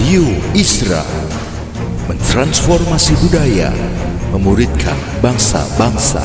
Radio Isra mentransformasi budaya, memuridkan bangsa-bangsa.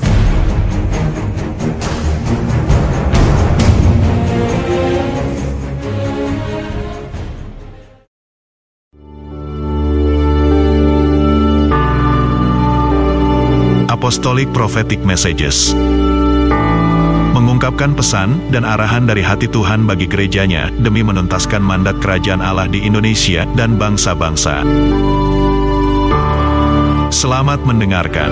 Apostolic Prophetic Messages mengungkapkan pesan dan arahan dari hati Tuhan bagi gerejanya demi menuntaskan mandat kerajaan Allah di Indonesia dan bangsa-bangsa. Selamat mendengarkan.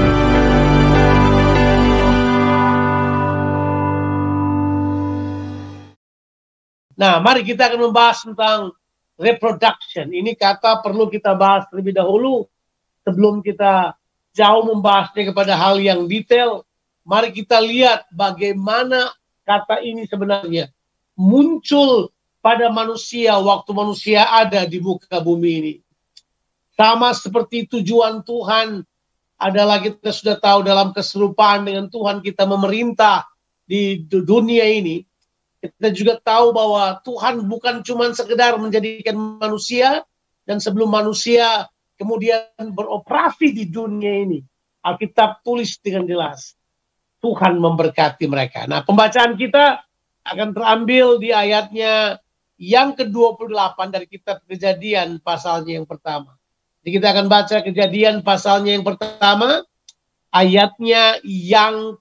Nah, mari kita akan membahas tentang reproduction. Ini kata perlu kita bahas terlebih dahulu sebelum kita jauh membahasnya kepada hal yang detail. Mari kita lihat bagaimana kata ini sebenarnya muncul pada manusia waktu manusia ada di muka bumi ini. Sama seperti tujuan Tuhan adalah kita sudah tahu dalam keserupaan dengan Tuhan kita memerintah di dunia ini. Kita juga tahu bahwa Tuhan bukan cuma sekedar menjadikan manusia dan sebelum manusia kemudian beroperasi di dunia ini. Alkitab tulis dengan jelas. Tuhan memberkati mereka. Nah, pembacaan kita akan terambil di ayatnya yang ke-28 dari kitab Kejadian pasalnya yang pertama. Jadi kita akan baca Kejadian pasalnya yang pertama, ayatnya yang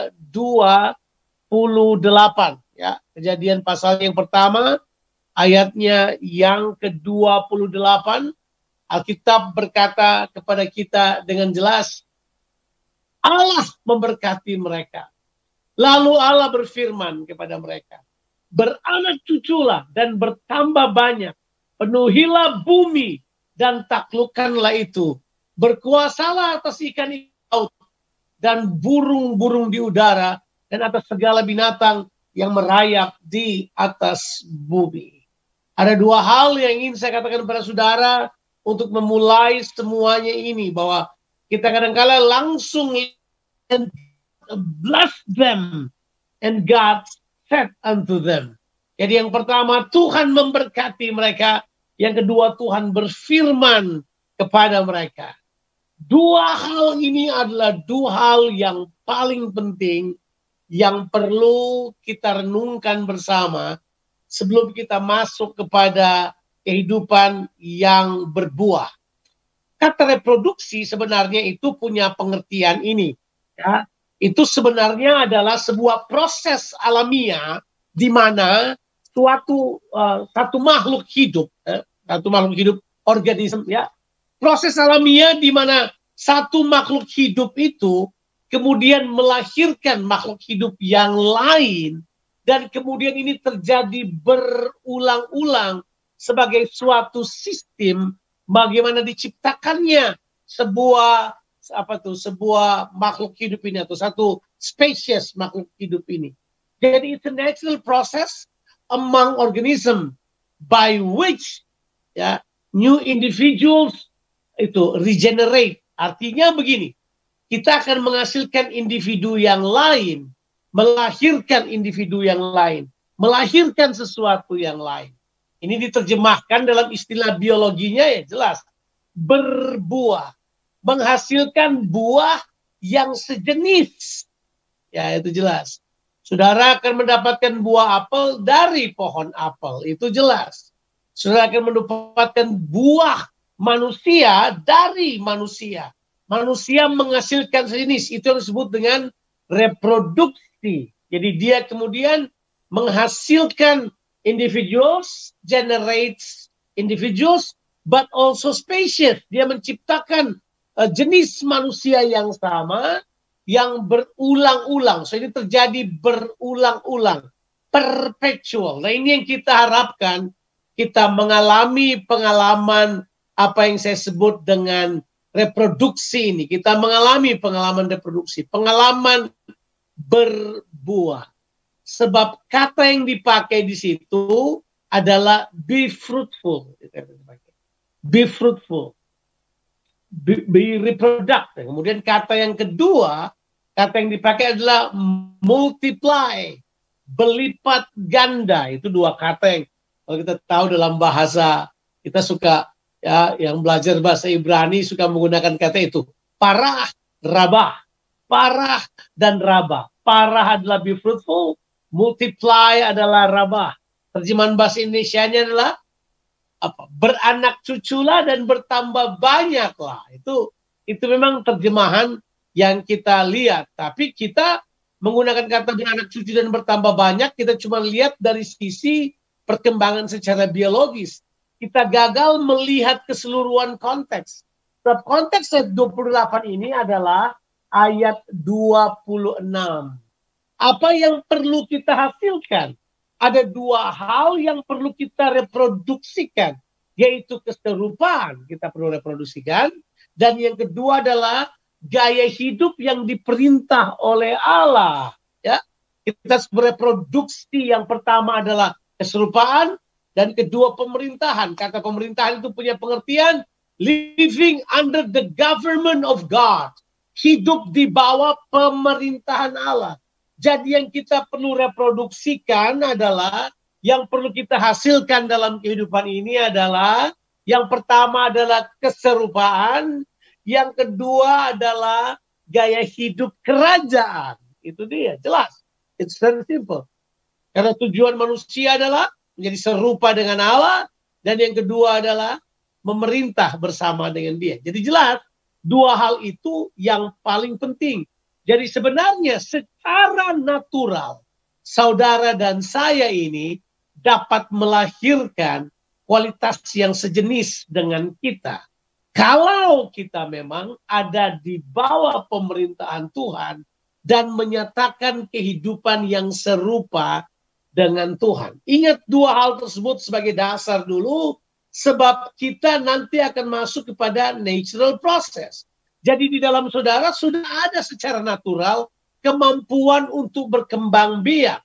ke-28. Ya, Kejadian pasalnya yang pertama, ayatnya yang ke-28. Alkitab berkata kepada kita dengan jelas, Allah memberkati mereka. Lalu Allah berfirman kepada mereka, beranak cuculah dan bertambah banyak. Penuhilah bumi dan taklukkanlah itu. Berkuasalah atas ikan di laut dan burung-burung di udara dan atas segala binatang yang merayap di atas bumi. Ada dua hal yang ingin saya katakan kepada saudara untuk memulai semuanya ini, bahwa kita kadang-kala langsung and bless them and God said unto them. Jadi yang pertama Tuhan memberkati mereka, yang kedua Tuhan berfirman kepada mereka. Dua hal ini adalah dua hal yang paling penting yang perlu kita renungkan bersama sebelum kita masuk kepada kehidupan yang berbuah. Kata reproduksi sebenarnya itu punya pengertian ini. Ya, itu sebenarnya adalah sebuah proses alamiah di mana satu makhluk hidup, organisme, ya, proses alamiah di mana satu makhluk hidup itu kemudian melahirkan makhluk hidup yang lain dan kemudian ini terjadi berulang-ulang sebagai suatu sistem. Bagaimana diciptakannya sebuah makhluk hidup ini atau satu spesies makhluk hidup ini. Jadi it's a natural process among organism by which new individuals itu regenerate. Artinya begini, kita akan menghasilkan individu yang lain, melahirkan individu yang lain, melahirkan sesuatu yang lain. Ini diterjemahkan dalam istilah biologinya ya jelas. Berbuah. Menghasilkan buah yang sejenis. Ya itu jelas. Saudara akan mendapatkan buah apel dari pohon apel. Itu jelas. Saudara akan mendapatkan buah manusia dari manusia. Manusia menghasilkan sejenis. Itu yang disebut dengan reproduksi. Jadi dia kemudian menghasilkan individuals, generates individuals, but also species. Dia menciptakan jenis manusia yang sama, yang berulang-ulang. So ini terjadi berulang-ulang, perpetual. Nah ini yang kita harapkan, kita mengalami pengalaman apa yang saya sebut dengan reproduksi ini. Kita mengalami pengalaman reproduksi, pengalaman berbuah. Sebab kata yang dipakai di situ adalah be fruitful. Be fruitful. Be reproductive. Kemudian kata yang kedua, kata yang dipakai adalah multiply. Berlipat ganda. Itu dua kata yang kalau kita tahu dalam bahasa Kita suka ya yang belajar bahasa Ibrani suka menggunakan kata itu. Parah, rabah. Parah dan rabah. Parah adalah be fruitful, multiply adalah rabah. Terjemahan bahasa Indonesianya adalah apa? Beranak cuculah dan bertambah banyaklah. Itu memang terjemahan yang kita lihat. Tapi kita menggunakan kata beranak cucu dan bertambah banyak, kita cuma lihat dari sisi perkembangan secara biologis. Kita gagal melihat keseluruhan konteks. Sebab konteks ayat 28 ini adalah ayat 26. Apa yang perlu kita hasilkan? Ada dua hal yang perlu kita reproduksikan, yaitu keserupaan kita perlu reproduksikan, dan yang kedua adalah gaya hidup yang diperintah oleh Allah. Ya, kita bereproduksi. Yang pertama adalah keserupaan, dan kedua pemerintahan. Kata pemerintahan itu punya pengertian living under the government of God. Hidup di bawah pemerintahan Allah. Jadi yang kita perlu reproduksikan adalah, yang perlu kita hasilkan dalam kehidupan ini adalah, yang pertama adalah keserupaan, yang kedua adalah gaya hidup kerajaan. Itu dia, jelas. It's very simple. Karena tujuan manusia adalah menjadi serupa dengan Allah, dan yang kedua adalah memerintah bersama dengan Dia. Jadi jelas, dua hal itu yang paling penting. Jadi sebenarnya secara natural, saudara dan saya ini dapat melahirkan kualitas yang sejenis dengan kita. Kalau kita memang ada di bawah pemerintahan Tuhan dan menyatakan kehidupan yang serupa dengan Tuhan. Ingat dua hal tersebut sebagai dasar dulu, sebab kita nanti akan masuk kepada natural process. Jadi di dalam saudara sudah ada secara natural kemampuan untuk berkembang biak.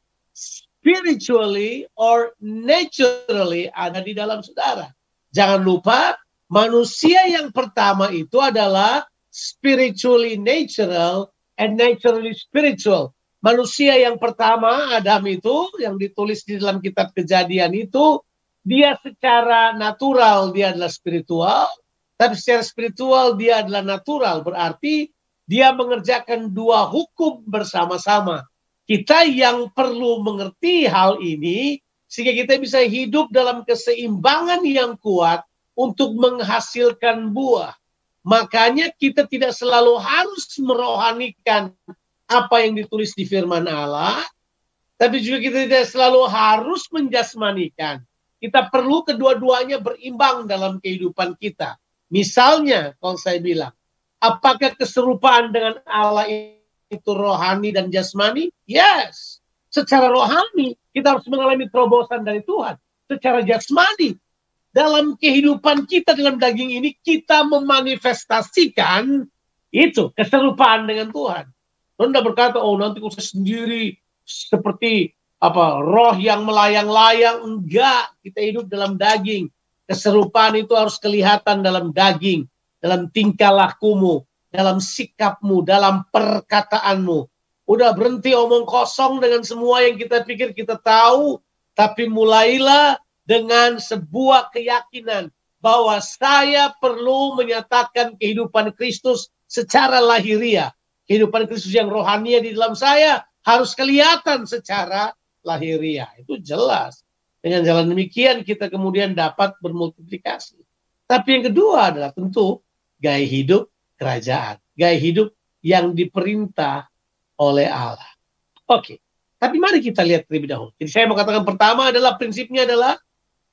Spiritually or naturally ada di dalam saudara. Jangan lupa, manusia yang pertama itu adalah spiritually natural and naturally spiritual. Manusia yang pertama, Adam itu, yang ditulis di dalam kitab Kejadian itu, dia secara natural dia adalah spiritual, tapi secara spiritual dia adalah natural. Berarti dia mengerjakan dua hukum bersama-sama. Kita yang perlu mengerti hal ini, sehingga kita bisa hidup dalam keseimbangan yang kuat untuk menghasilkan buah. Makanya kita tidak selalu harus merohanikan apa yang ditulis di firman Allah, tapi juga kita tidak selalu harus menjasmanikan. Kita perlu kedua-duanya berimbang dalam kehidupan kita. Misalnya, kalau saya bilang, apakah keserupaan dengan Allah itu rohani dan jasmani? Yes. Secara rohani, kita harus mengalami terobosan dari Tuhan. Secara jasmani, dalam kehidupan kita dalam daging ini, kita memanifestasikan itu, keserupaan dengan Tuhan. Anda berkata, oh nanti saya sendiri seperti roh yang melayang-layang. Enggak, kita hidup dalam daging. Keserupaan itu harus kelihatan dalam daging, dalam tingkah lakumu, dalam sikapmu, dalam perkataanmu. Udah berhenti omong kosong dengan semua yang kita pikir kita tahu, tapi mulailah dengan sebuah keyakinan bahwa saya perlu menyatakan kehidupan Kristus secara lahiriah. Kehidupan Kristus yang rohania di dalam saya harus kelihatan secara lahiriah. Itu jelas. Dengan jalan demikian kita kemudian dapat bermultiplikasi. Tapi yang kedua adalah tentu gaya hidup kerajaan. Gaya hidup yang diperintah oleh Allah. Oke. Tapi mari kita lihat terlebih dahulu. Jadi saya mau katakan pertama adalah prinsipnya adalah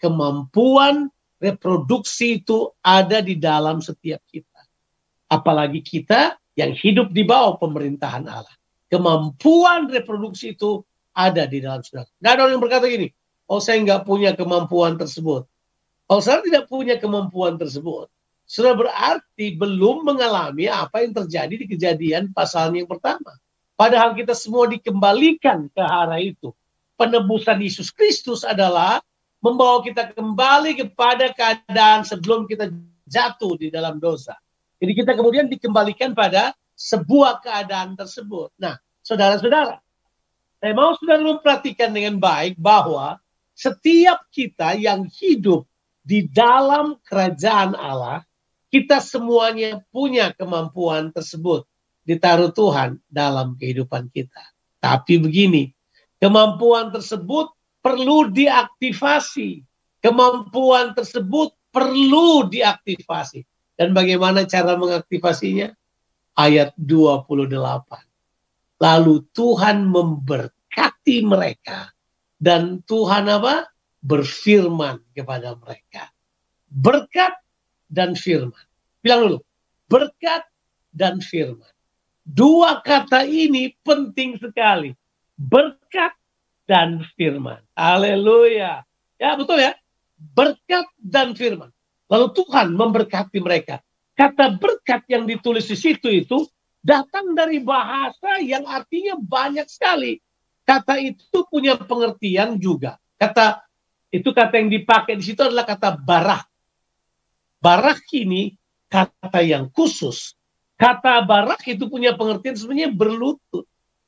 kemampuan reproduksi itu ada di dalam setiap kita. Apalagi kita yang hidup di bawah pemerintahan Allah. Kemampuan reproduksi itu ada di dalam saudara. Nggak ada orang yang berkata gini, oh saya nggak punya kemampuan tersebut. Kalau saudara tidak punya kemampuan tersebut, saudara berarti belum mengalami apa yang terjadi di Kejadian pasal yang pertama. Padahal kita semua dikembalikan ke arah itu. Penebusan Yesus Kristus adalah membawa kita kembali kepada keadaan sebelum kita jatuh di dalam dosa. Jadi kita kemudian dikembalikan pada sebuah keadaan tersebut. Nah, saudara-saudara, saya mau saudara memperhatikan dengan baik bahwa setiap kita yang hidup di dalam kerajaan Allah, kita semuanya punya kemampuan tersebut. Ditaruh Tuhan dalam kehidupan kita. Tapi begini, kemampuan tersebut perlu diaktifasi. Kemampuan tersebut perlu diaktifasi. Dan bagaimana cara mengaktifasinya? Ayat 28. Lalu Tuhan memberkati mereka. Dan Tuhan apa? Berfirman kepada mereka. Berkat dan firman. Bilang dulu. Berkat dan firman. Dua kata ini penting sekali. Berkat dan firman. Haleluya. Ya betul ya. Berkat dan firman. Lalu Tuhan memberkati mereka. Kata berkat yang ditulis di situ itu datang dari bahasa yang artinya banyak sekali. Kata itu punya pengertian juga. Kata yang dipakai di situ adalah kata barak. Barak ini kata yang khusus. Kata barak itu punya pengertian sebenarnya berlutut.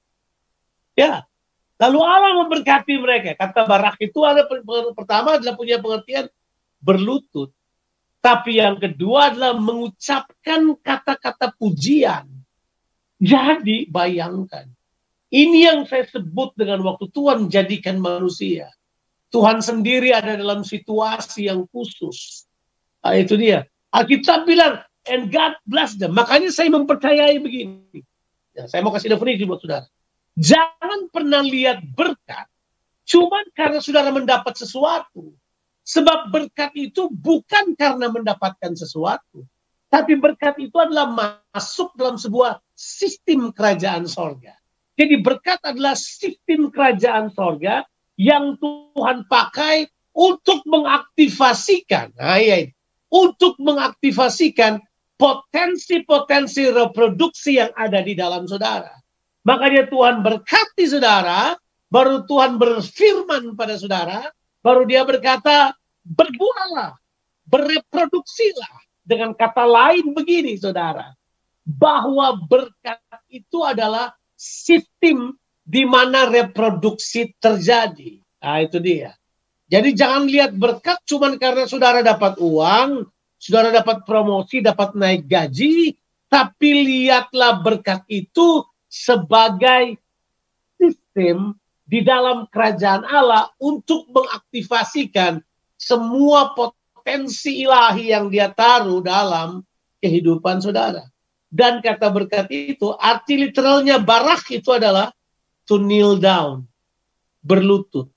Ya. Lalu Allah memberkati mereka. Kata barak itu ada pertama adalah punya pengertian berlutut. Tapi yang kedua adalah mengucapkan kata-kata pujian. Jadi bayangkan. Ini yang saya sebut dengan waktu Tuhan jadikan manusia. Tuhan sendiri ada dalam situasi yang khusus. Nah, itu dia. Alkitab bilang, and God bless them. Makanya saya mempercayai begini. Ya, saya mau kasih definisi buat saudara. Jangan pernah lihat berkat cuma karena saudara mendapat sesuatu. Sebab berkat itu bukan karena mendapatkan sesuatu. Tapi berkat itu adalah masuk dalam sebuah sistem kerajaan sorga. Jadi berkat adalah sistem kerajaan sorga yang Tuhan pakai untuk mengaktifasikan. Untuk mengaktifasikan potensi-potensi reproduksi yang ada di dalam saudara. Makanya Tuhan berkati saudara, baru Tuhan berfirman pada saudara, baru dia berkata, berbuahlah, bereproduksilah. Dengan kata lain begini saudara, bahwa berkat itu adalah sistem di mana reproduksi terjadi. Nah itu dia. Jadi jangan lihat berkat cuma karena saudara dapat uang, saudara dapat promosi, dapat naik gaji, tapi lihatlah berkat itu sebagai sistem di dalam kerajaan Allah untuk mengaktifasikan semua potensi ilahi yang dia taruh dalam kehidupan saudara. Dan kata berkat itu, arti literalnya barak itu adalah to kneel down, berlutut.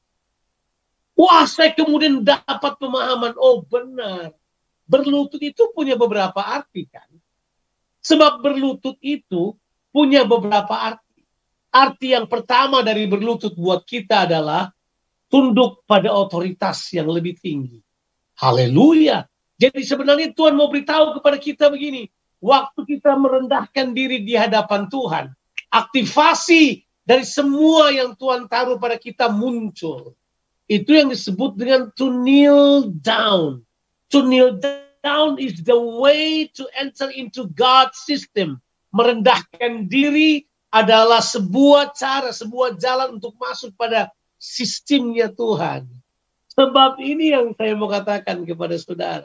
Wah, saya kemudian dapat pemahaman, oh benar. Berlutut itu punya beberapa arti kan. Sebab berlutut itu punya beberapa arti. Arti yang pertama dari berlutut buat kita adalah tunduk pada otoritas yang lebih tinggi. Haleluya. Jadi sebenarnya Tuhan mau beritahu kepada kita begini. Waktu kita merendahkan diri di hadapan Tuhan, aktivasi dari semua yang Tuhan taruh pada kita muncul. Itu yang disebut dengan to kneel down. To kneel down is the way to enter into God's system. Merendahkan diri adalah sebuah cara, sebuah jalan untuk masuk pada sistemnya Tuhan. Sebab ini yang saya mau katakan kepada saudara.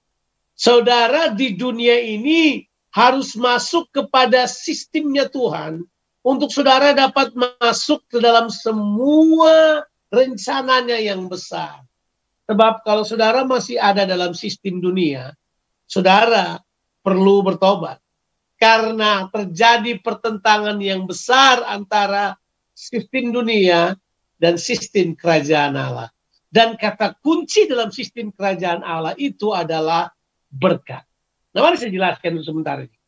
Saudara di dunia ini harus masuk kepada sistemnya Tuhan untuk saudara dapat masuk ke dalam semua rencananya yang besar. Sebab kalau saudara masih ada dalam sistem dunia, saudara perlu bertobat. Karena terjadi pertentangan yang besar antara sistem dunia dan sistem kerajaan Allah. Dan kata kunci dalam sistem kerajaan Allah itu adalah berkat. Nah, mari saya jelaskan sebentar ini.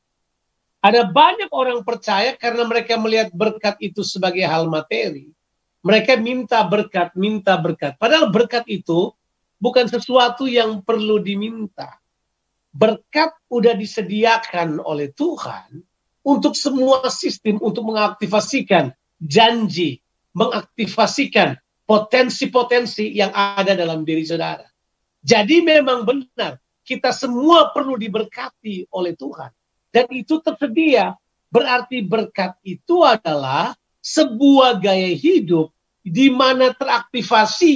Ada banyak orang percaya karena mereka melihat berkat itu sebagai hal materi. Mereka minta berkat, minta berkat. Padahal berkat itu bukan sesuatu yang perlu diminta. Berkat udah disediakan oleh Tuhan untuk semua sistem untuk mengaktifasikan janji, mengaktifasikan potensi-potensi yang ada dalam diri saudara. Jadi memang benar, kita semua perlu diberkati oleh Tuhan. Dan itu tersedia, berarti berkat itu adalah sebuah gaya hidup di mana teraktivasinya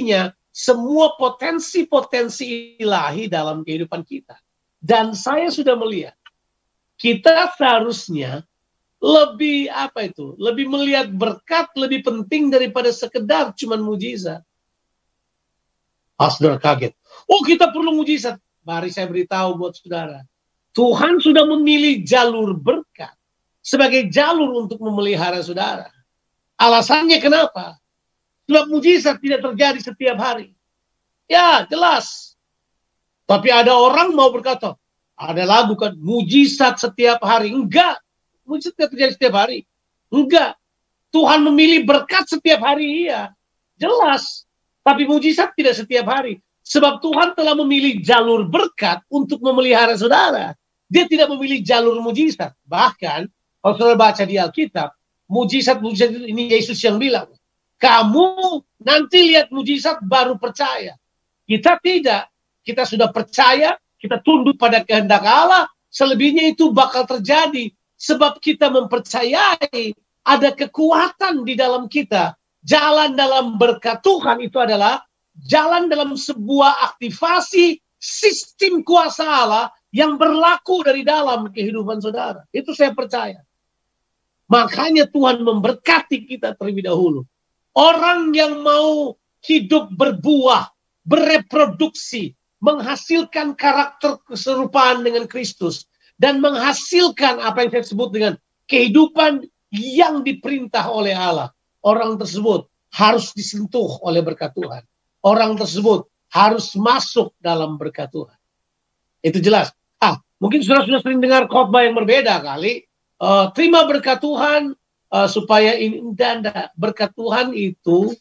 semua potensi-potensi ilahi dalam kehidupan kita. Dan saya sudah melihat, kita seharusnya lebih melihat berkat lebih penting daripada sekedar cuman mujizat. Saudara kaget. Oh, kita perlu mujizat. Mari saya beritahu buat saudara. Tuhan sudah memilih jalur berkat sebagai jalur untuk memelihara saudara. Alasannya kenapa? Sebab mujizat tidak terjadi setiap hari. Ya, jelas. Tapi ada orang mau berkata, ada lagu kan, mujizat setiap hari. Enggak. Mujizat tidak terjadi setiap hari. Enggak. Tuhan memilih berkat setiap hari, iya. Jelas. Tapi mujizat tidak setiap hari. Sebab Tuhan telah memilih jalur berkat untuk memelihara saudara. Dia tidak memilih jalur mujizat. Bahkan, kalau saudara baca di Alkitab, mujizat-mujizat ini Yesus yang bilang, kamu nanti lihat mujizat baru percaya. Kita tidak. Kita sudah percaya, kita tunduk pada kehendak Allah, selebihnya itu bakal terjadi. Sebab kita mempercayai ada kekuatan di dalam kita. Jalan dalam berkat Tuhan itu adalah jalan dalam sebuah aktivasi sistem kuasa Allah yang berlaku dari dalam kehidupan saudara. Itu saya percaya. Makanya Tuhan memberkati kita terlebih dahulu. Orang yang mau hidup berbuah, bereproduksi, menghasilkan karakter keserupaan dengan Kristus, dan menghasilkan apa yang saya sebut dengan kehidupan yang diperintah oleh Allah. Orang tersebut harus disentuh oleh berkat Tuhan. Orang tersebut harus masuk dalam berkat Tuhan. Itu jelas. Mungkin sudah sering dengar khotbah yang berbeda kali. Terima berkat Tuhan supaya ini dan berkat Tuhan itu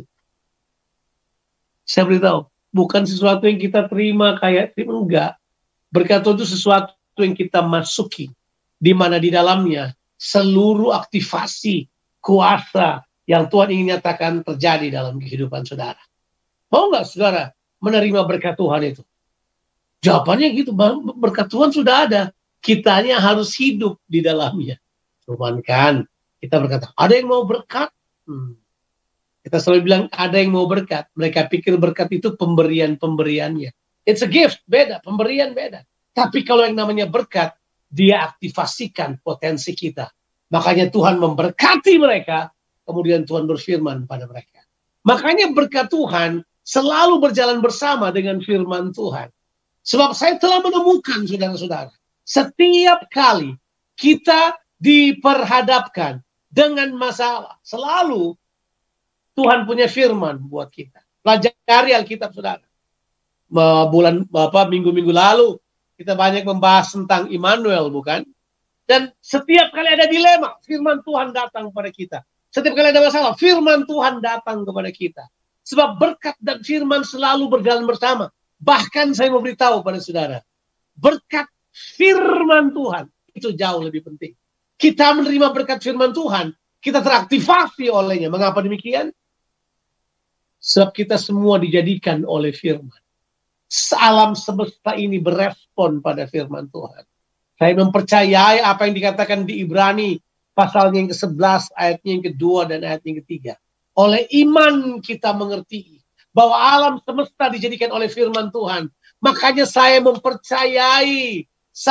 saya beritahu, bukan sesuatu yang kita terima kayak enggak. Berkat Tuhan itu sesuatu yang kita masuki, di mana di dalamnya seluruh aktivasi kuasa yang Tuhan ingin nyatakan terjadi dalam kehidupan saudara. Mau nggak saudara menerima berkat Tuhan itu? Jawabannya gitu, berkat Tuhan sudah ada. Kitanya harus hidup di dalamnya. Cuman kan kita berkata, ada yang mau berkat? Kita selalu bilang ada yang mau berkat. Mereka pikir berkat itu pemberiannya. It's a gift, beda. Pemberian beda. Tapi kalau yang namanya berkat, dia aktivasikan potensi kita. Makanya Tuhan memberkati mereka, kemudian Tuhan berfirman pada mereka. Makanya berkat Tuhan selalu berjalan bersama dengan firman Tuhan. Sebab saya telah menemukan, saudara-saudara, setiap kali kita diperhadapkan dengan masalah, selalu Tuhan punya firman buat kita. Pelajari Alkitab, saudara. Minggu-minggu lalu, kita banyak membahas tentang Immanuel, bukan? Dan setiap kali ada dilema, firman Tuhan datang kepada kita. Setiap kali ada masalah, firman Tuhan datang kepada kita. Sebab berkat dan firman selalu berjalan bersama. Bahkan saya mau beritahu pada saudara, berkat firman Tuhan itu jauh lebih penting. Kita menerima berkat firman Tuhan, kita teraktivasi olehnya. Mengapa demikian? Sebab kita semua dijadikan oleh firman. Alam semesta ini berespon pada firman Tuhan. Saya mempercayai apa yang dikatakan di Ibrani, pasalnya yang ke-11, ayatnya yang kedua dan ayat yang ketiga. Oleh iman kita mengerti bahwa alam semesta dijadikan oleh firman Tuhan. Makanya saya mempercayai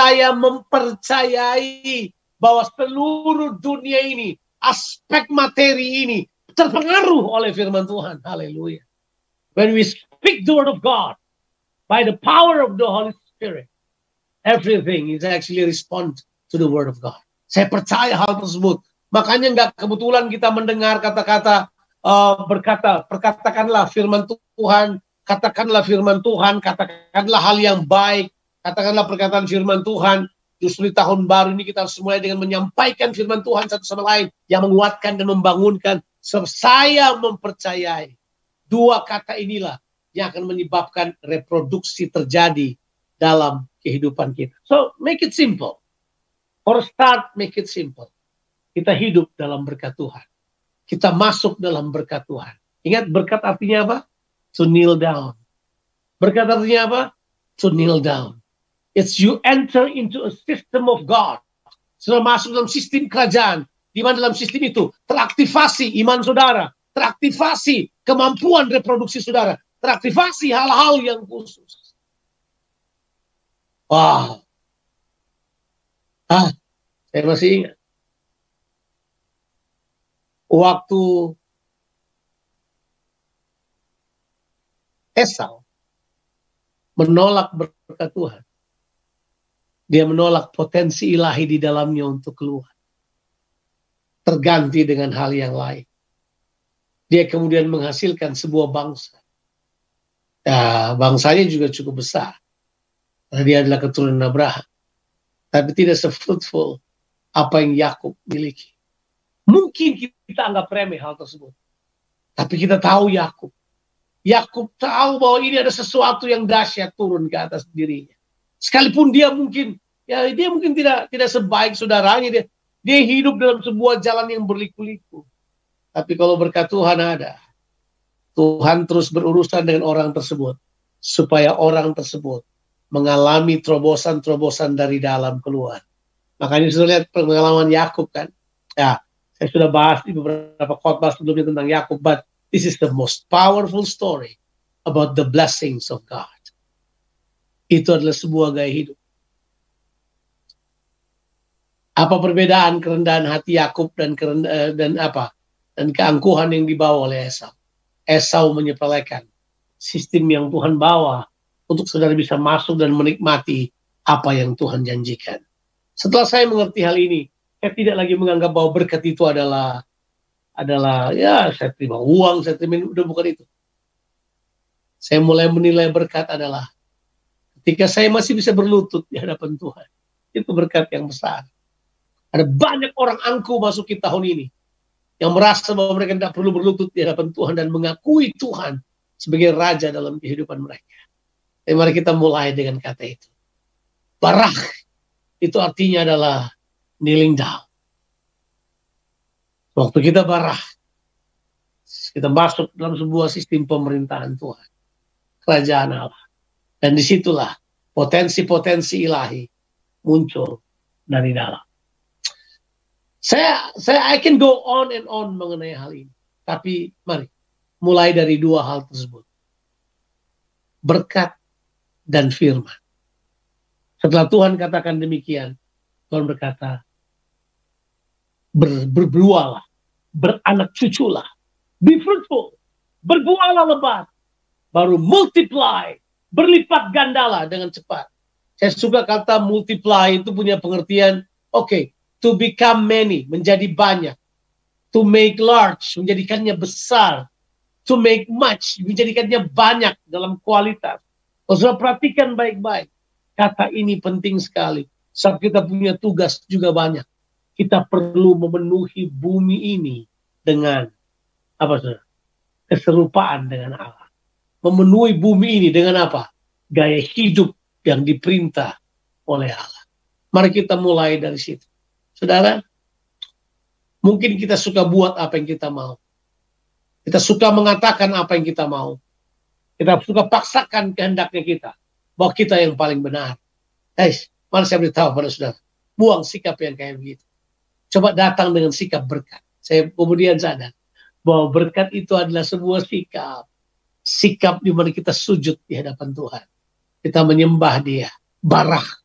bahwa seluruh dunia ini, aspek materi ini, terpengaruh oleh firman Tuhan. Haleluya. When we speak the word of God, by the power of the Holy Spirit, everything is actually respond to the word of God. Saya percaya hal tersebut. Makanya nggak kebetulan kita mendengar kata-kata perkatakanlah firman Tuhan, katakanlah firman Tuhan, katakanlah hal yang baik, katakanlah perkataan firman Tuhan. Justru di tahun baru ini kita harus mulai dengan menyampaikan firman Tuhan satu sama lain yang menguatkan dan membangunkan. Saya mempercayai dua kata inilah yang akan menyebabkan reproduksi terjadi dalam kehidupan kita. So, make it simple. For a start, make it simple. Kita hidup dalam berkat Tuhan. Kita masuk dalam berkat Tuhan. Ingat, berkat artinya apa? To kneel down. Berkat artinya apa? To kneel down. It's you enter into a system of God. Sudah masuk dalam sistem kerajaan. Di mana dalam sistem itu teraktivasi iman saudara. Teraktivasi kemampuan reproduksi saudara. teraktivasi hal-hal yang khusus. Wah, saya masih ingat waktu Esau menolak berkat Tuhan. Dia menolak potensi ilahi di dalamnya untuk keluar. Terganti dengan hal yang lain. Dia kemudian menghasilkan sebuah bangsa. Ya, bangsanya juga cukup besar. Karena dia adalah keturunan Abraham. Tapi tidak se-fruitful apa yang Yakub miliki. Mungkin kita anggap remeh hal tersebut. Tapi kita tahu Yakub. Yakub tahu bahwa ini ada sesuatu yang dahsyat turun ke atas dirinya. Sekalipun dia mungkin tidak sebaik saudaranya, dia hidup dalam sebuah jalan yang berliku-liku. Tapi kalau berkat Tuhan ada, Tuhan terus berurusan dengan orang tersebut supaya orang tersebut mengalami terobosan-terobosan dari dalam keluar. Makanya sudah lihat pengalaman Yakub kan? Ya, saya sudah bahas di beberapa khotbah sebelumnya tentang Yakub, but this is the most powerful story about the blessings of God. Itu adalah sebuah gaya hidup. Apa perbedaan kerendahan hati Yakub dan keangkuhan yang dibawa oleh Esau? Esau menyepelekan sistem yang Tuhan bawa untuk saudara bisa masuk dan menikmati apa yang Tuhan janjikan. Setelah saya mengerti hal ini, saya tidak lagi menganggap bahwa berkat itu adalah ya saya terima uang, saya terima, udah bukan itu. Saya mulai menilai berkat adalah ketika saya masih bisa berlutut di hadapan Tuhan. Itu berkat yang besar. Ada banyak orang angkuh masuki tahun ini yang merasa bahwa mereka tidak perlu berlutut di hadapan Tuhan dan mengakui Tuhan sebagai raja dalam kehidupan mereka. Jadi mari kita mulai dengan kata itu. Barak itu artinya adalah kneeling down. Waktu kita barak, kita masuk dalam sebuah sistem pemerintahan Tuhan, kerajaan Allah. Dan disitulah potensi-potensi ilahi muncul dari dalam. I can go on and on mengenai hal ini. Tapi mari, mulai dari dua hal tersebut. Berkat dan firman. Setelah Tuhan katakan demikian, Tuhan berkata, berbualah, beranak cuculah, be fruitful, berbualah lebat, baru multiply, berlipat gandalah dengan cepat. Saya suka kata multiply itu punya pengertian, to become many, menjadi banyak, to make large, menjadikannya besar, to make much, menjadikannya banyak dalam kualitas. Kalau sudah perhatikan baik-baik, kata ini penting sekali. Saat kita punya tugas juga banyak. Kita perlu memenuhi bumi ini dengan keserupaan dengan Allah. Memenuhi bumi ini dengan apa? Gaya hidup yang diperintah oleh Allah. Mari kita mulai dari situ. Saudara, mungkin kita suka buat apa yang kita mau. Kita suka mengatakan apa yang kita mau. Kita suka paksakan kehendaknya kita. Bahwa kita yang paling benar. Mari saya beritahu pada saudara. Buang sikap yang kayak begitu. Coba datang dengan sikap berkat. Saya kemudian sadar bahwa berkat itu adalah sebuah sikap. Sikap di mana kita sujud di hadapan Tuhan. Kita menyembah Dia. Barak.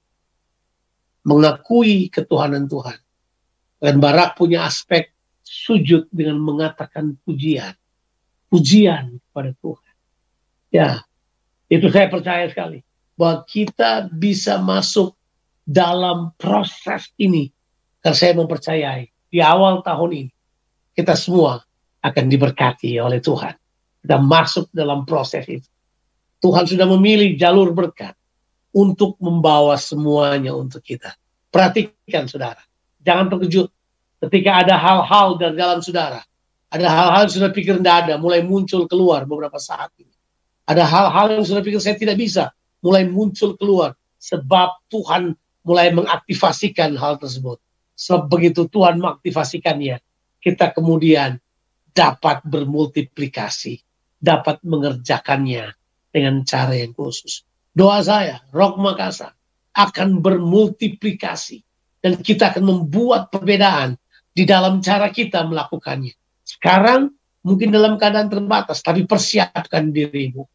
Mengakui ketuhanan Tuhan. Dan barak punya aspek sujud dengan mengatakan pujian. Pujian kepada Tuhan. Ya, itu saya percaya sekali. Bahwa kita bisa masuk dalam proses ini. Karena saya mempercayai di awal tahun ini. Kita semua akan diberkati oleh Tuhan. Kita masuk dalam proses itu. Tuhan sudah memilih jalur berkat. Untuk membawa semuanya untuk kita. Perhatikan saudara. Jangan terkejut. Ketika ada hal-hal dari dalam saudara. Ada hal-hal yang sudah pikir tidak ada. Mulai muncul keluar beberapa saat ini. Ada hal-hal yang sudah pikir saya tidak bisa. Mulai muncul keluar. Sebab Tuhan mulai mengaktifasikan hal tersebut. Sebab begitu Tuhan mengaktifasikannya. Kita kemudian dapat bermultiplikasi. Dapat mengerjakannya dengan cara yang khusus. Doa saya, Rock Makassar, akan bermultiplikasi. Dan kita akan membuat perbedaan di dalam cara kita melakukannya. Sekarang mungkin dalam keadaan terbatas, tapi persiapkan dirimu.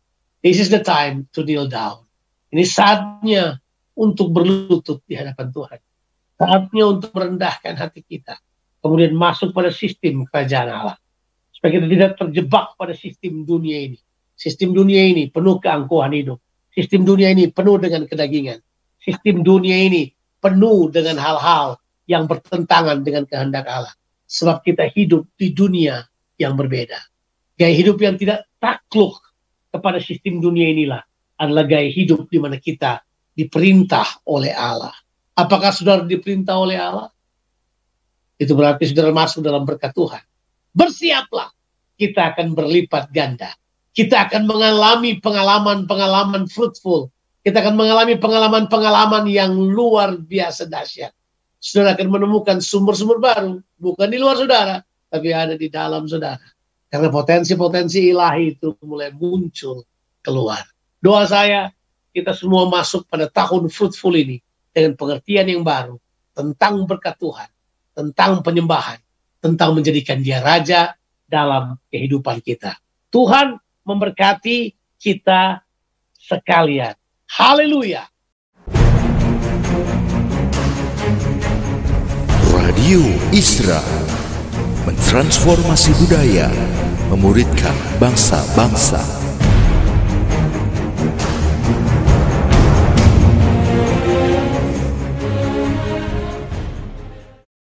This is the time to kneel down. Ini saatnya untuk berlutut di hadapan Tuhan. Saatnya untuk merendahkan hati kita. Kemudian masuk pada sistem kerajaan Allah. Supaya kita tidak terjebak pada sistem dunia ini. Sistem dunia ini penuh keangkuhan hidup. Sistem dunia ini penuh dengan kedagingan. Sistem dunia ini penuh dengan hal-hal yang bertentangan dengan kehendak Allah. Sebab kita hidup di dunia yang berbeda. Gaya hidup yang tidak takluk kepada sistem dunia inilah adalah gaya hidup di mana kita diperintah oleh Allah. Apakah saudara diperintah oleh Allah? Itu berarti saudara masuk dalam berkat Tuhan. Bersiaplah, kita akan berlipat ganda. Kita akan mengalami pengalaman-pengalaman fruitful. Kita akan mengalami pengalaman-pengalaman yang luar biasa dahsyat. Saudara akan menemukan sumber-sumber baru, bukan di luar saudara, tapi ada di dalam saudara. Karena potensi-potensi ilahi itu mulai muncul keluar. Doa saya, kita semua masuk pada tahun fruitful ini dengan pengertian yang baru tentang berkat Tuhan, tentang penyembahan, tentang menjadikan Dia Raja dalam kehidupan kita. Tuhan memberkati kita sekalian. Haleluya. Radio Isra mentransformasi budaya, memuridkan bangsa-bangsa.